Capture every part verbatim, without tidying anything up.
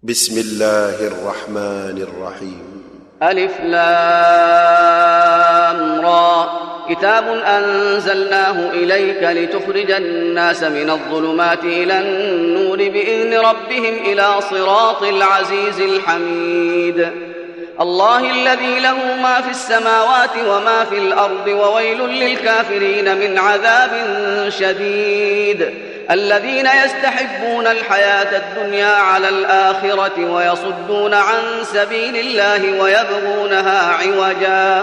بسم الله الرحمن الرحيم. ألف لام را كتاب أنزلناه إليك لتخرج الناس من الظلمات إلى النور بإذن ربهم إلى صراط العزيز الحميد. الله الذي له ما في السماوات وما في الأرض وويل للكافرين من عذاب شديد. الذين يستحبون الحياة الدنيا على الآخرة ويصدون عن سبيل الله ويبغونها عوجا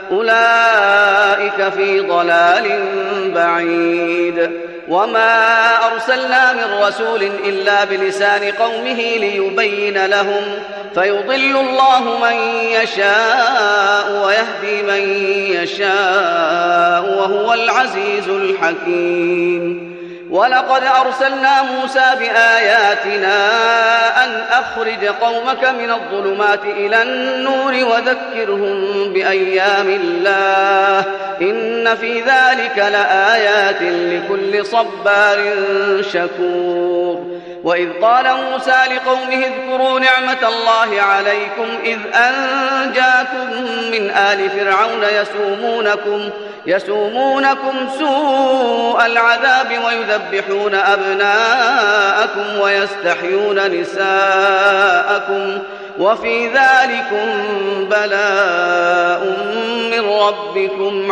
أولئك في ضلال بعيد. وما أرسلنا من رسول إلا بلسان قومه ليبين لهم فيضل الله من يشاء ويهدي من يشاء وهو العزيز الحكيم. ولقد أرسلنا موسى بآياتنا أن أخرج قومك من الظلمات إلى النور وذكرهم بأيام الله إن في ذلك لآيات لكل صبار شكور. وإذ قال موسى لقومه اذكروا نعمة الله عليكم إذ أنجاكم من آل فرعون يسومونكم يسومونكم سوء العذاب ويذبحون أبناءكم ويستحيون نساءكم وفي ذلكم بلاء من ربكم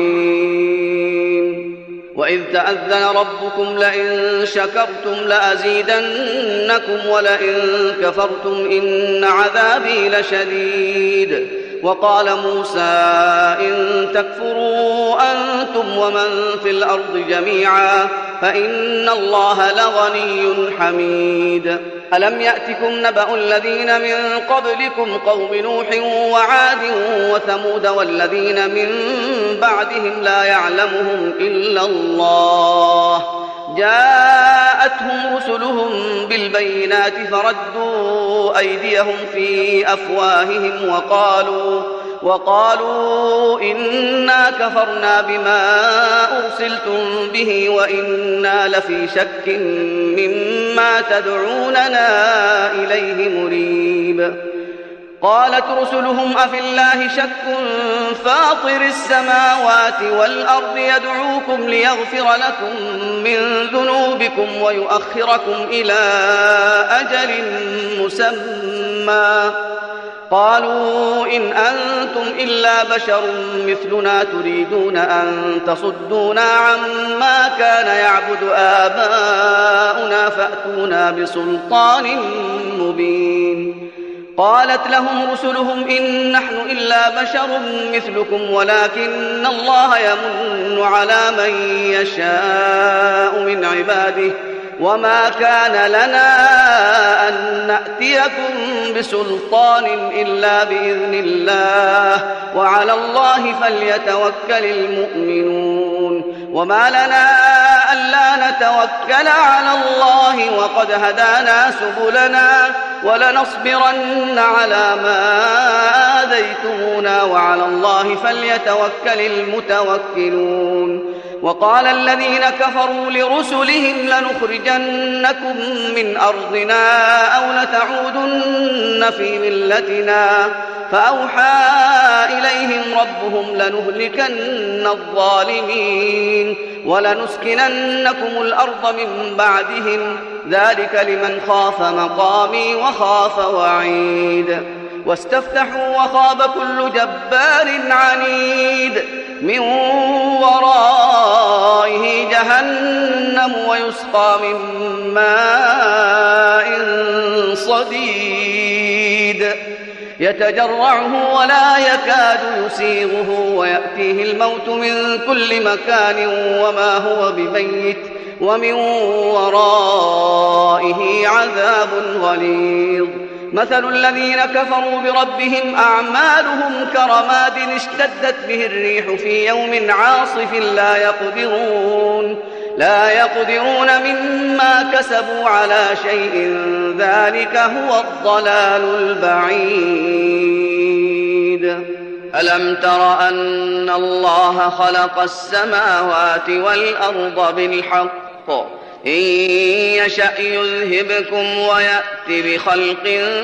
عظيم. وإذ تأذن ربكم لئن شكرتم لأزيدنكم ولئن كفرتم إن عذابي لشديد. وقال موسى إن تكفروا أنتم ومن في الأرض جميعا فإن الله لغني حميد. ألم يأتكم نبأ الذين من قبلكم قوم نوح وعاد وثمود والذين من بعدهم لا يعلمهم إلا الله جاءتهم رسلهم بالبينات فردوا أيديهم في أفواههم وقالوا وقالوا إنا كفرنا بما أرسلتم به وإنا لفي شك مما تدعوننا إليه مريب. قالت رسلهم أفي الله شك فاطر السماوات والأرض يدعوكم ليغفر لكم من ذنوبكم ويؤخركم إلى أجل مسمى قالوا إن أنتم إلا بشر مثلنا تريدون أن تصدونا عما كان يعبد آباؤنا فأتونا بسلطان مبين. قالت لهم رسلهم إن نحن إلا بشر مثلكم ولكن الله يمن على من يشاء من عباده وما كان لنا أن نأتيكم بسلطان إلا بإذن الله وعلى الله فليتوكل المؤمنون. وما لنا ألا نتوكل على الله وقد هدانا سبلنا ولنصبرن على ما آذيتمونا وعلى الله فليتوكل المتوكلون. وقال الذين كفروا لرسلهم لنخرجنكم من أرضنا أو لتعودن في ملتنا فأوحى إليهم ربهم لنهلكن الظالمين ولنسكننكم الأرض من بعدهم ذلك لمن خاف مقامي وخاف وعيد. واستفتحوا وخاب كل جبار عنيد من ورائه جهنم ويسقى من ماء صديد يتجرعه ولا يكاد يسيغه ويأتيه الموت من كل مكان وما هو بميت ومن ورائه عذاب غليظ. مثل الذين كفروا بربهم أعمالهم كرماد اشتدت به الريح في يوم عاصف لا يقدرون لا يقدرون مما كسبوا على شيء ذلك هو الضلال البعيد. ألم تر أن الله خلق السماوات والأرض بالحق إن يشأ يذهبكم ويأت بخلق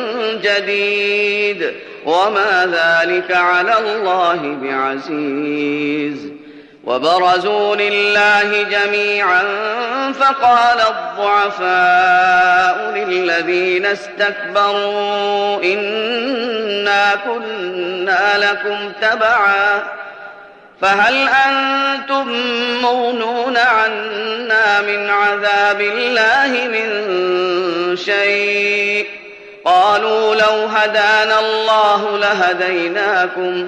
جديد وما ذلك على الله بعزيز. وبرزوا لله جميعا فقال الضعفاء للذين استكبروا إنا كنا لكم تبعا فهل أنتم مغنون عنا من عذاب الله من شيء؟ قالوا لو هدانا الله لهديناكم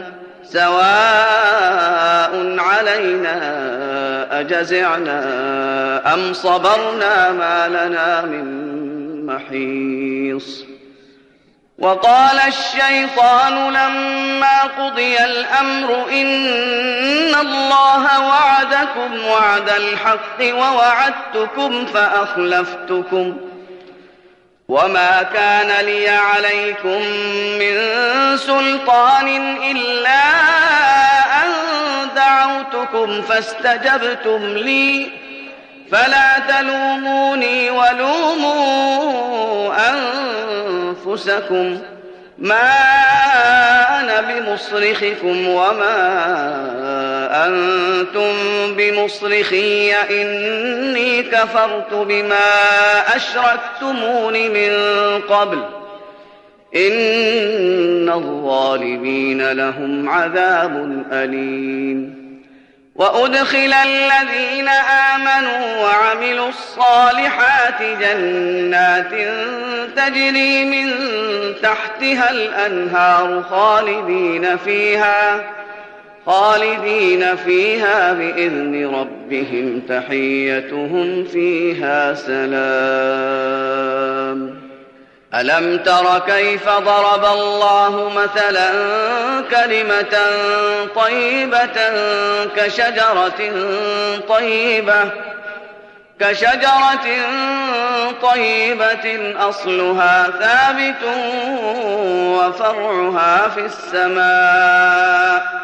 سواء علينا أجزعنا أم صبرنا ما لنا من محيص. وقال الشيطان لما قضي الأمر إن الله وعدكم وعد الحق ووعدتكم فأخلفتكم وما كان لي عليكم من سلطان إلا أن دعوتكم فاستجبتم لي فلا تلوموني ولوموا أنفسكم ما أنا بمصرخكم وما أنتم بمصرخي إني كفرت بما أشركتمون من قبل إن الظالمين لهم عذاب أليم. وأدخل الذين آمنوا وعملوا الصالحات جنات تجري من تحتها الأنهار خالدين فيها خالدين فيها بإذن ربهم تحيتهم فيها سلام. ألم تر كيف ضرب الله مثلا كلمة طيبة كشجرة طيبة كشجرة طيبة أصلها ثابت وفرعها في السماء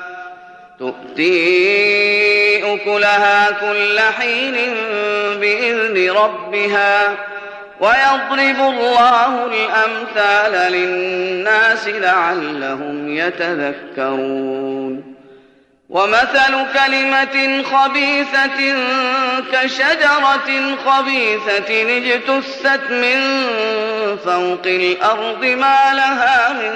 تؤتي أكلها كل حين بإذن ربها ويضرب الله الأمثال للناس لعلهم يتذكرون. ومثل كلمة خبيثة كشجرة خبيثة اجتثت من فوق الأرض ما لها من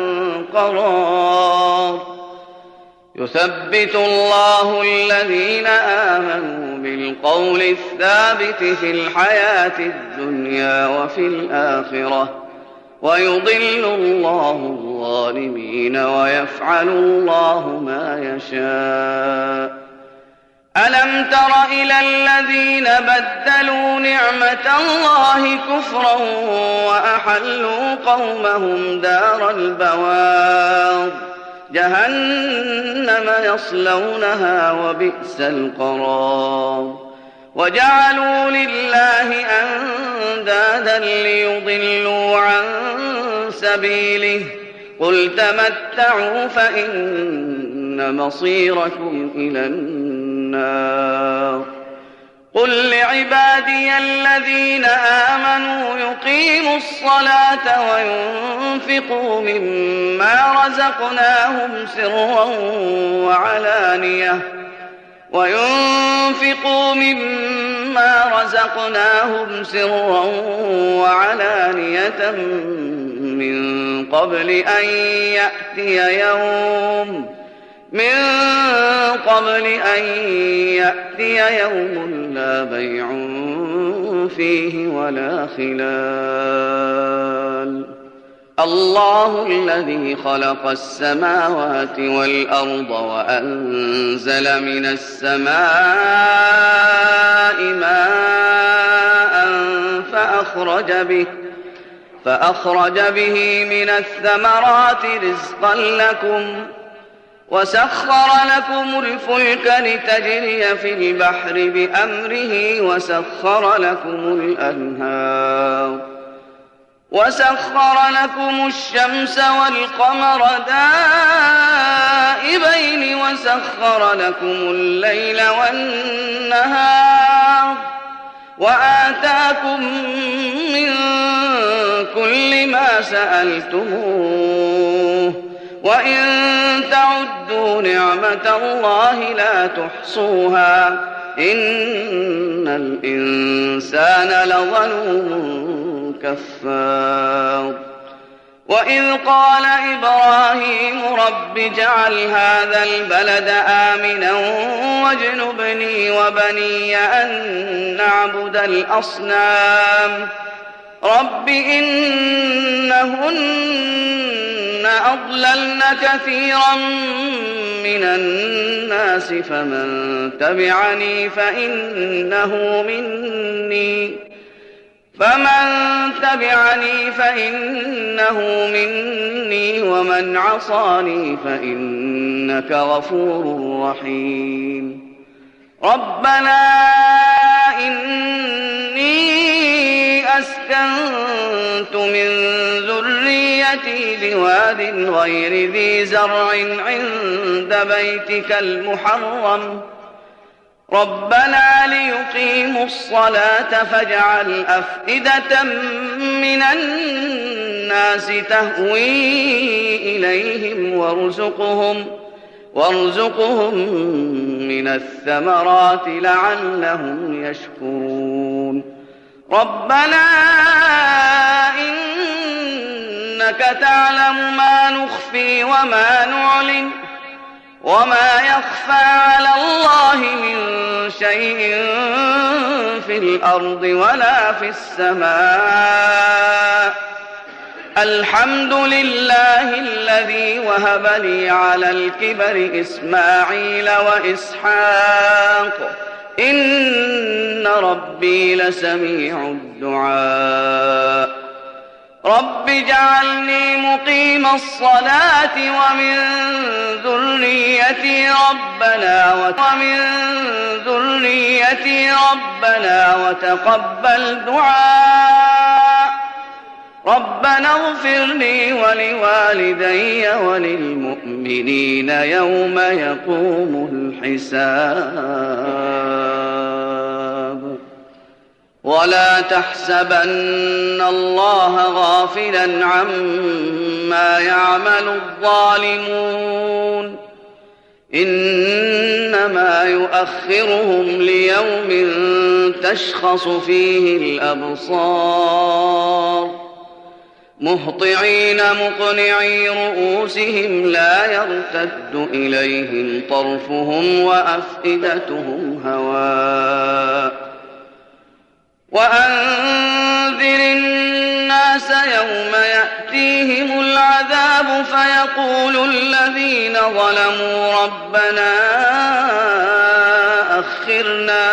قرار يثبت الله الذين آمنوا بالقول الثابت في الحياة الدنيا وفي الآخرة ويضل الله الظالمين ويفعل الله ما يشاء. ألم تر إلى الذين بدلوا نعمة الله كفرا وأحلوا قومهم دار البوار جهنم يصلونها وبئس القرار. وجعلوا لله أندادا ليضلوا عن سبيله قل تمتعوا فإن مصيركم إلى النار. قل لعبادي الذين آمنوا يقيموا الصلاة وينفقوا مما رزقناهم سرا وعلانية وينفقوا مما رزقناهم سرا وعلانية من قبل أن يأتي يوم من قبل أن يأتي يوم لا بيع فيه ولا خلال. الله الذي خلق السماوات والأرض وأنزل من السماء ماء فأخرج به فأخرج به من الثمرات رزقا لكم وسخر لكم الفلك لتجري في البحر بأمره وسخر لكم الأنهار وسخر لكم الشمس والقمر دائبين وسخر لكم الليل والنهار وآتاكم من كل ما سألتموه وإن تعدوا نعمة الله لا تحصوها إن الإنسان لظلوم كفار وإذ قال إبراهيم رب اجعل هذا البلد آمنا واجنبني وبني أن نعبد الأصنام رب إنهن أضللن كثيرا من الناس فمن تبعني فإنه مني فمن تبعني فإنه مني ومن عصاني فإنك غفور رحيم ربنا إني أسكنت من ذريتي بواد غير ذي زرع عند بيتك المحرم ربنا ليقيموا الصلاة فاجعل أفئدة من الناس تهوي إليهم وارزقهم وارزقهم من الثمرات لعلهم يشكرون ربنا إنك تعلم ما نخفي وما نعلن وما يخفى على الله من شيء في الأرض ولا في السماء الحمد لله الذي وهب لي على الكبر إسماعيل وإسحاق إن ربي لسميع الدعاء رب اجعلني مقيم الصلاة ومن ذريتي ربنا ومن ذريتي ربنا وتقبل دعاء ربنا اغفر لي ولوالدي وللمؤمنين يوم يقوم الحساب ولا تحسبن الله غافلا عما يعمل الظالمون إنما يؤخرهم ليوم تشخص فيه الأبصار مهطعين مقنعي رؤوسهم لا يرتد إليهم طرفهم وأفئدتهم هواء وأنذر الناس يوم يأتيهم العذاب فيقول الذين ظلموا ربنا أخرنا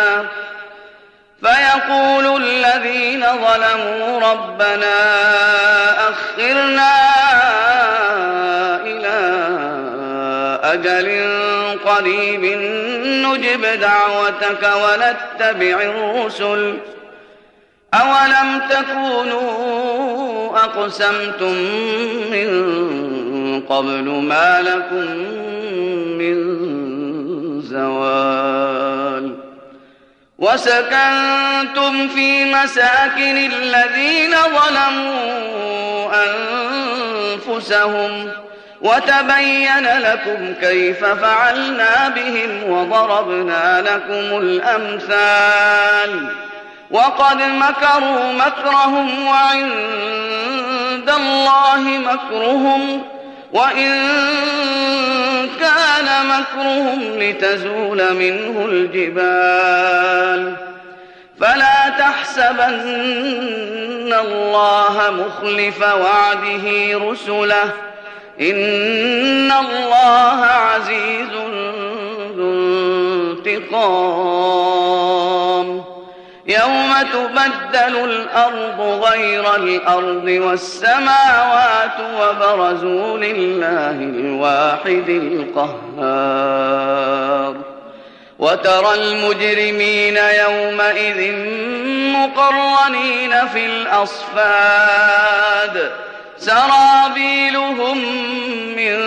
فيقول الذين ظلموا ربنا أخرنا إلى أجل قريب نجب دعوتك ونتبع الرسل أولم تكونوا أقسمتم من قبل ما لكم من زوال وسكنتم في مساكن الذين ظلموا أنفسهم وتبين لكم كيف فعلنا بهم وضربنا لكم الأمثال وقد مكروا مكرهم وعند الله مكرهم وإن كان مكرهم لتزول منه الجبال فلا تحسبن الله مخلف وعده رسله إن الله عزيز ذو انتقام يوم تبدل الأرض غير الأرض والسماوات وبرزوا لله الواحد القهار وترى المجرمين يومئذ مقرنين في الأصفاد سرابيلهم من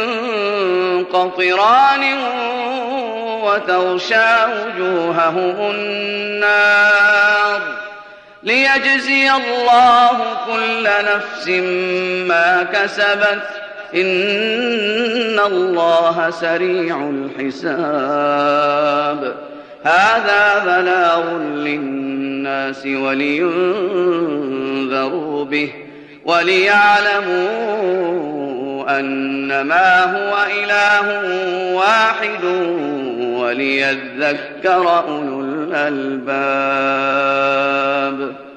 قطران وتغشى وجوههم النار ليجزي الله كل نفس ما كسبت إن الله سريع الحساب. هذا بلاغ للناس ولينذروا به وليعلموا أنما هو إله واحد وليذكر أولو الألباب.